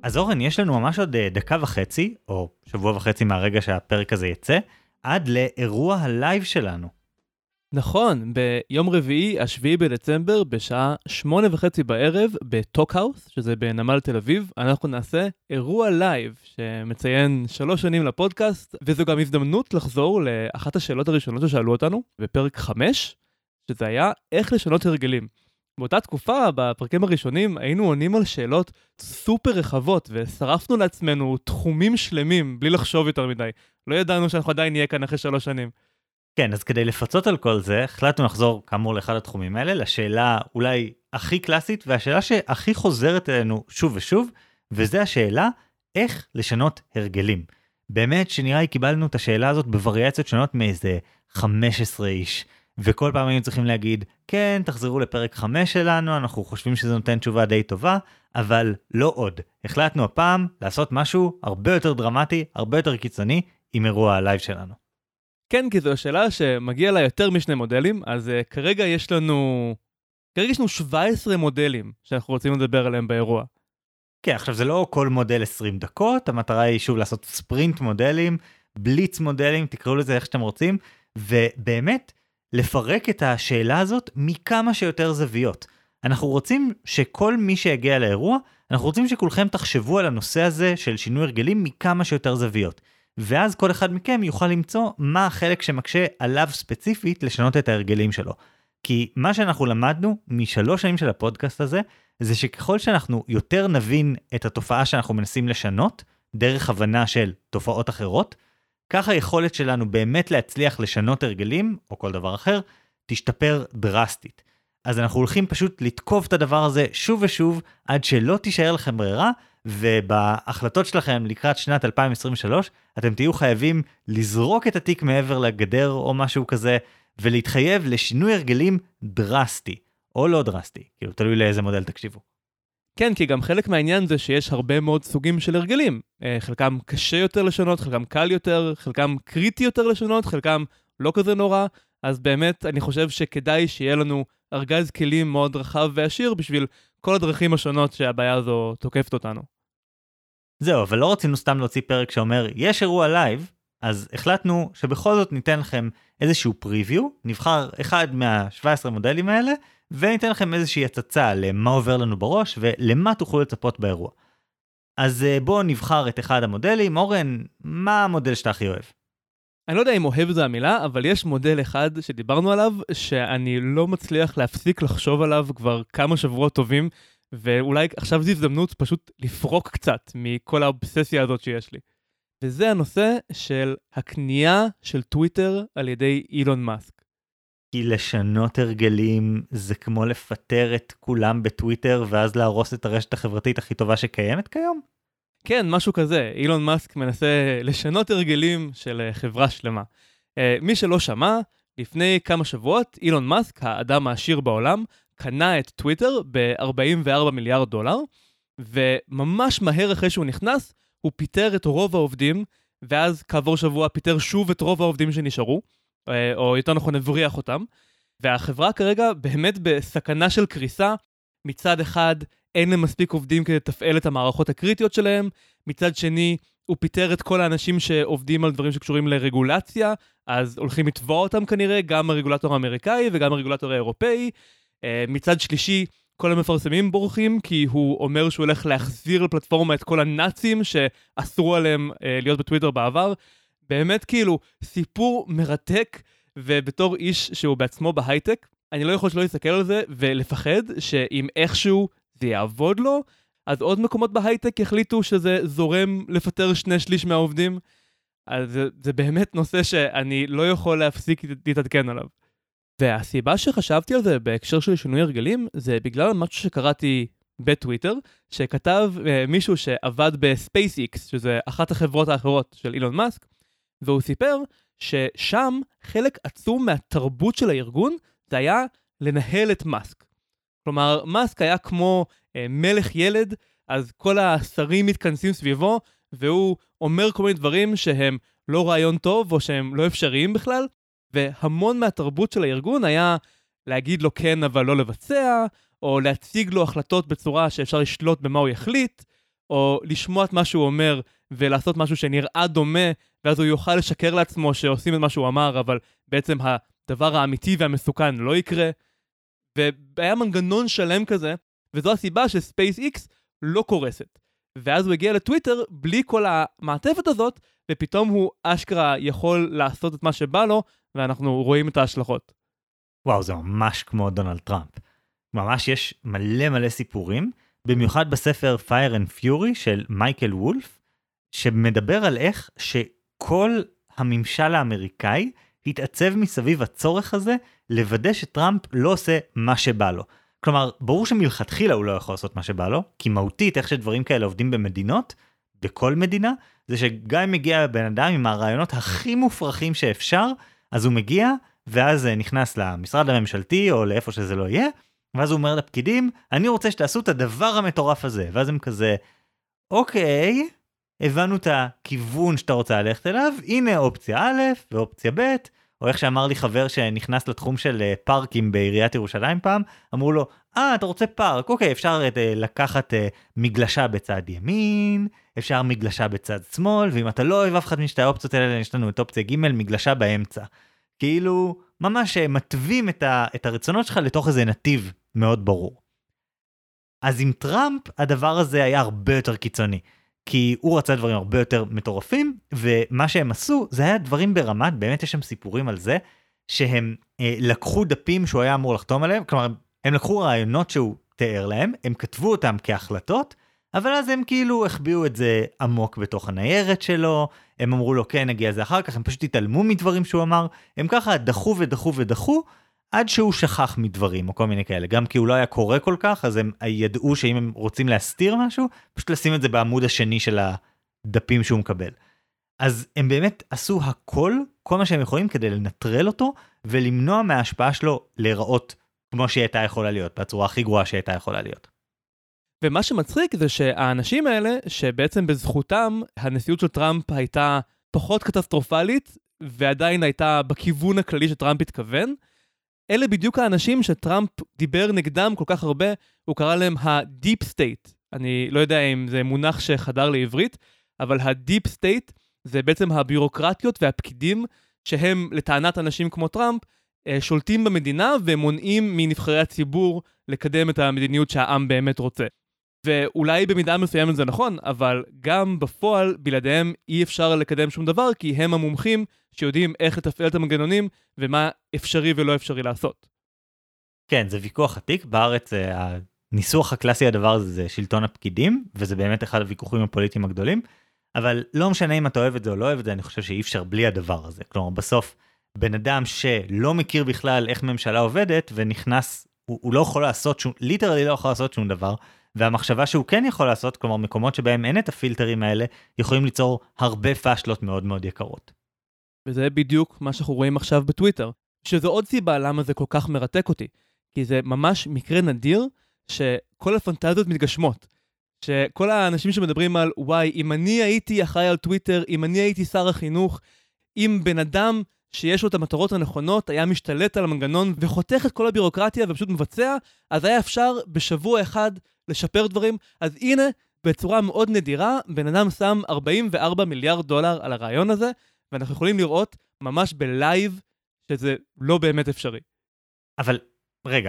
אז אורן, יש לנו ממש עוד דקה וחצי, או שבוע וחצי מהרגע שהפרק הזה יצא, עד לאירוע הלייב שלנו. נכון, ביום רביעי, 7 בדצמבר, בשעה 8:30 בערב, בטוקהאוס, שזה בנמל תל אביב, אנחנו נעשה אירוע לייב שמציין 3 שנים לפודקאסט, וזו גם הזדמנות לחזור לאחת השאלות הראשונות ששאלו אותנו, בפרק 5, שזה היה איך לשנות הרגלים. באותה תקופה, בפרקים הראשונים, היינו עונים על שאלות סופר רחבות, ושרפנו לעצמנו תחומים שלמים, בלי לחשוב יותר מדי. לא ידענו שאנחנו עדיין נהיה כאן אחרי 3 שנים. כן, אז כדי לפצות על כל זה, החלטנו לחזור כאמור לאחד התחומים האלה, לשאלה אולי הכי קלאסית, והשאלה שהכי חוזרת אלינו שוב ושוב, וזה השאלה, איך לשנות הרגלים. באמת שנראה לי קיבלנו את השאלה הזאת בווריאציות שונות מאיזה 15 איש, וכל פעם היינו צריכים להגיד, כן, תחזרו לפרק 5 שלנו, אנחנו חושבים שזה נותן תשובה די טובה, אבל לא עוד. החלטנו הפעם לעשות משהו הרבה יותר דרמטי, הרבה יותר קיצוני, עם אירוע הלייב שלנו. כן, כי זו השאלה שמגיע לה יותר משני מודלים, אז כרגע יש לנו 17 מודלים שאנחנו רוצים לדבר עליהם באירוע. כן, עכשיו זה לא כל מודל 20 דקות, המטרה היא שוב לעשות ספרינט מודלים, בליץ מודלים, תקראו לזה איך שאתם רוצים, ובאמת לפרק את השאלה הזאת מכמה שיותר זוויות. אנחנו רוצים שכל מי שיגיע לאירוע, אנחנו רוצים שכולכם תחשבו על הנושא הזה של שינוי הרגלים מכמה שיותר זוויות. ואז כל אחד מכם יוכל למצוא מה החלק שמקשה עליו ספציפית לשנות את ההרגלים שלו. כי מה שאנחנו למדנו מ3 שנים של הפודקאסט הזה, זה שככל שאנחנו יותר נבין את התופעה שאנחנו מנסים לשנות, דרך הבנה של תופעות אחרות, כך היכולת שלנו באמת להצליח לשנות הרגלים, או כל דבר אחר, תשתפר דרסטית. אז אנחנו הולכים פשוט לתקוף את הדבר הזה שוב ושוב, עד שלא תישאר לכם ברירה, ובהחלטות שלכם לקראת שנת 2023, אתם תהיו חייבים לזרוק את התיק מעבר לגדר או משהו כזה, ולהתחייב לשינוי הרגלים דרסטי, או לא דרסטי, כאילו תלוי לאיזה מודל תקשיבו. כן, כי גם חלק מהעניין זה שיש הרבה מאוד סוגים של הרגלים. חלקם קשה יותר לשנות, חלקם קל יותר, חלקם קריטי יותר לשנות, חלקם לא כזה נורא, אז באמת אני חושב שכדאי שיהיה לנו ארגז כלים מאוד רחב ועשיר בשביל כל הדרכים השונות שהבעיה הזו תוקפת אותנו. זהו, אבל לא רצינו סתם להוציא פרק שאומר, יש אירוע לייב, אז החלטנו שבכל זאת ניתן לכם איזשהו פריוויו, נבחר אחד מה-17 מודלים האלה, וניתן לכם איזושהי הצצה למה עובר לנו בראש, ולמה תוכלו לצפות באירוע. אז בואו נבחר את אחד המודלים. אורן, מה המודל שאתה הכי אוהב? אני לא יודע אם אוהב זו המילה, אבל יש מודל אחד שדיברנו עליו, שאני לא מצליח להפסיק לחשוב עליו כבר כמה שבועות טובים, ואולי עכשיו זו הזדמנות פשוט לפרוק קצת מכל האובססיה הזאת שיש לי. וזה הנושא של הקנייה של טוויטר על ידי אילון מאסק. כי לשנות הרגלים זה כמו לפטר את כולם בטוויטר, ואז להרוס את הרשת החברתית הכי טובה שקיימת כיום? כן, משהו כזה. אילון מאסק מנסה לשנות הרגלים של חברה שלמה. מי שלא שמע, לפני כמה שבועות, אילון מאסק, האדם העשיר בעולם, קנה את טוויטר ב$44 מיליארד, וממש מהר אחרי שהוא נכנס, הוא פיטר את רוב העובדים, ואז כעבור שבוע פיטר שוב את רוב העובדים שנשארו, או יותר נכון הבריח אותם, והחברה כרגע באמת בסכנה של קריסה. מצד אחד אין להם מספיק עובדים כדי לתפעל את המערכות הקריטיות שלהם, מצד שני הוא פיטר את כל האנשים שעובדים על דברים שקשורים לרגולציה, אז הולכים לתבוע אותם כנראה, גם הרגולטור האמריקאי וגם הרגולטור האירופאי. מצד שלישי, כל המפרסמים בורחים, כי הוא אומר שהוא הולך להחזיר לפלטפורמה את כל הנאצים שאסרו עליהם להיות בטוויטר בעבר. באמת כאילו סיפור מרתק, ובתור איש שהוא בעצמו בהייטק, אני לא יכול שלא להסתכל על זה ולפחד שאם איכשהו זה יעבוד לו, אז עוד מקומות בהייטק יחליטו שזה זורם לפטר 2/3 מהעובדים. אז זה באמת נושא שאני לא יכול להפסיק להתעדכן עליו. והסיבה שחשבתי על זה בהקשר של שינוי הרגלים, זה בגלל משהו שקראתי בטוויטר, שכתב מישהו שעבד בספייס-איקס, שזה אחת החברות האחרות של אילון מאסק, והוא סיפר ששם חלק עצום מהתרבות של הארגון, זה היה לנהל את מאסק. כלומר, מאסק היה כמו מלך ילד, אז כל השרים מתכנסים סביבו, והוא אומר כל מיני דברים שהם לא רעיון טוב, או שהם לא אפשריים בכלל, והמון מהתרבות של הארגון היה להגיד לו כן אבל לא לבצע, או להציג לו החלטות בצורה שאפשר לשלוט במה הוא יחליט, או לשמוע את מה שהוא אומר ולעשות משהו שנראה דומה, ואז הוא יוכל לשקר לעצמו שעושים את מה שהוא אמר, אבל בעצם הדבר האמיתי והמסוכן לא יקרה. והיה מנגנון שלם כזה, וזו הסיבה שספייס-איקס לא קורסת. ואז הוא הגיע לטוויטר בלי כל המעטפת הזאת, ופתאום הוא אשכרה יכול לעשות את מה שבא לו, ואנחנו רואים את ההשלכות. וואו, זה ממש כמו דונלד טראמפ. ממש יש מלא מלא סיפורים, במיוחד בספר Fire and Fury של מייקל וולף, שמדבר על איך שכל הממשל האמריקאי התעצב מסביב הצורך הזה לוודא שטראמפ לא עושה מה שבא לו. כלומר, ברור שמלכתחילה הוא לא יכול לעשות מה שבא לו, כי מהותית איך שדברים כאלה עובדים במדינות, בכל מדינה, זה שגם אם מגיע בן אדם עם הרעיונות הכי מופרכים שאפשר, אז הוא מגיע, ואז נכנס למשרד הממשלתי, או לאיפה שזה לא יהיה, ואז הוא אומר לפקידים, אני רוצה שתעשו את הדבר המטורף הזה, ואז הם כזה, אוקיי, הבנו את הכיוון שאתה רוצה ללכת אליו, הנה אופציה א' ואופציה ב', או איך שאמר לי חבר שנכנס לתחום של פארקים בעיריית ירושלים פעם, אמרו לו, אתה רוצה פארק, אוקיי, אפשר לקחת מגלשה בצד ימין, אפשר מגלשה בצד שמאל, ואם אתה לא אוהב אף אחד משתי האופציות האלה, יש לנו את אופציה ג' מגלשה באמצע. כאילו, ממש מטווים את הרצונות שלך לתוך איזה נתיב מאוד ברור. אז עם טראמפ, הדבר הזה היה הרבה יותר קיצוני. כי הוא רצה דברים הרבה יותר מטורפים, ומה שהם עשו, זה היה דברים ברמת, באמת יש שם סיפורים על זה, שהם לקחו דפים שהוא היה אמור לחתום עליהם, כלומר, הם לקחו רעיונות שהוא תיאר להם, הם כתבו אותם כהחלטות, אבל אז הם כאילו החביאו את זה עמוק בתוך הניירת שלו, הם אמרו לו, כן, נגיע לזה אחר כך, הם פשוט התעלמו מדברים שהוא אמר, הם ככה דחו ודחו ודחו, עד שהוא שכח מדברים, או כל מיני כאלה. גם כי הוא לא היה קורא כל כך, אז הם ידעו שאם הם רוצים להסתיר משהו, פשוט לשים את זה בעמוד השני של הדפים שהוא מקבל. אז הם באמת עשו הכל, כל מה שהם יכולים, כדי לנטרל אותו, ולמנוע מההשפעה שלו להיראות כמו שהיא הייתה יכולה להיות, בצורה הכי גרועה שהיא הייתה יכולה להיות. ומה שמצחיק זה שהאנשים האלה, שבעצם בזכותם הנשיאות של טראמפ הייתה פחות קטסטרופלית, ועדיין הייתה בכיוון הכללי שטראמפ התכוון, אלה בדיוק האנשים שטראמפ דיבר נגדם כל כך הרבה, הוא קרא להם ה-Deep State. אני לא יודע אם זה מונח שחדר לעברית, אבל ה-Deep State זה בעצם הבירוקרטיות והפקידים, שהם לטענת אנשים כמו טראמפ, שולטים במדינה ומונעים מנבחרי הציבור לקדם את המדיניות שהעם באמת רוצה. ואולי במידה מסוימת זה נכון, אבל גם בפועל בלעדיהם אי אפשר לקדם שום דבר, כי הם המומחים שיודעים איך לתפעל את המנגנונים ומה אפשרי ולא אפשרי לעשות. כן, זה ויכוח עתיק. בארץ הניסוח הקלאסי הדבר הזה זה שלטון הפקידים, וזה באמת אחד הוויכוחים הפוליטיים הגדולים, אבל לא משנה אם אתה אוהב את זה או לא אוהב את זה, אני חושב שאי אפשר בלי הדבר הזה. כלומר, בסוף, בן אדם שלא מכיר בכלל איך ממשלה עובדת, ונכנס, הוא לא יכול לעשות שום, ליטרלי לא יכול לעשות שום דבר, והמחשבה שהוא כן יכול לעשות, כלומר מקומות שבהם אין את הפילטרים האלה, יכולים ליצור הרבה פשלות מאוד מאוד יקרות. וזה בדיוק מה שאנחנו רואים עכשיו בטוויטר, שזו עוד סיבה למה זה כל כך מרתק אותי, כי זה ממש מקרה נדיר שכל הפנטזיות מתגשמות, שכל האנשים שמדברים על וואי, אם אני הייתי אחראי על טוויטר, אם אני הייתי שר החינוך, אם בן אדם שיש לו את המטרות הנכונות, היה משתלט על המנגנון וחותך את כל הבירוקרטיה ופשוט מבצע, אז היה אפשר בשבוע אחד לשפר דברים. אז הנה, בצורה מאוד נדירה, בן אדם שם $44 מיליארד על הרעיון הזה, ואנחנו יכולים לראות ממש בלייב שזה לא באמת אפשרי. אבל רגע,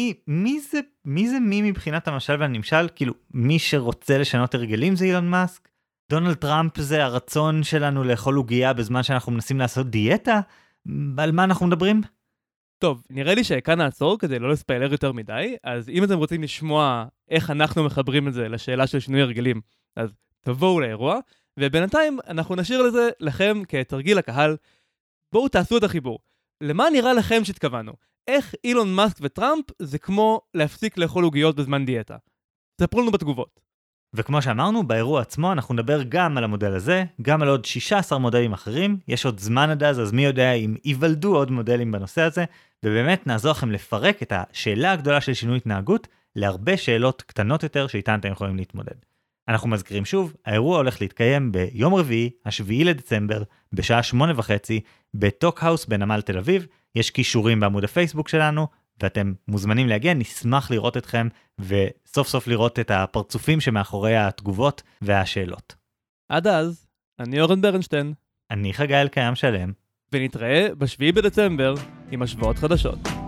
מי זה מבחינת המשל והנמשל? כאילו, מי שרוצה לשנות הרגלים זה אילון מאסק? דונלד טראמפ זה הרצון שלנו לאכול עוגיה בזמן שאנחנו מנסים לעשות דיאטה? על מה אנחנו מדברים? טוב, נראה לי שכאן נעצור כדי לא לספיילר יותר מדי, אז אם אתם רוצים לשמוע איך אנחנו מחברים את זה לשאלה של שינוי הרגלים, אז תבואו לאירוע, ובינתיים אנחנו נשאיר לזה לכם כתרגיל לקהל. בואו תעשו את החיבור. למה נראה לכם שהתכוונו? איך אילון מאסק וטראמפ זה כמו להפסיק לאכול עוגיות בזמן דיאטה? ספרו לנו בתגובות. וכמו שאמרנו, באירוע עצמו אנחנו נדבר גם על המודל הזה, גם על עוד 16 מודלים אחרים, יש עוד זמן עד אז מי יודע אם ייוולדו עוד מודלים בנושא הזה, ובאמת נעזור לכם לפרק את השאלה הגדולה של שינוי התנהגות, להרבה שאלות קטנות יותר שאיתן אתם יכולים להתמודד. אנחנו מזכירים שוב, האירוע הולך להתקיים ביום רביעי, 7 לדצמבר, בשעה 8:30, בטוק האוס בנמל תל אביב, יש קישורים בעמוד הפייסבוק שלנו, ואתם מוזמנים להגיע, נשמח לראות אתכם, וסוף סוף לראות את הפרצופים שמאחורי התגובות והשאלות. עד אז, אני אורן ברנשטיין. אני חגי אלקיים שלם. ונתראה ב7 בדצמבר עם השוואות חדשות.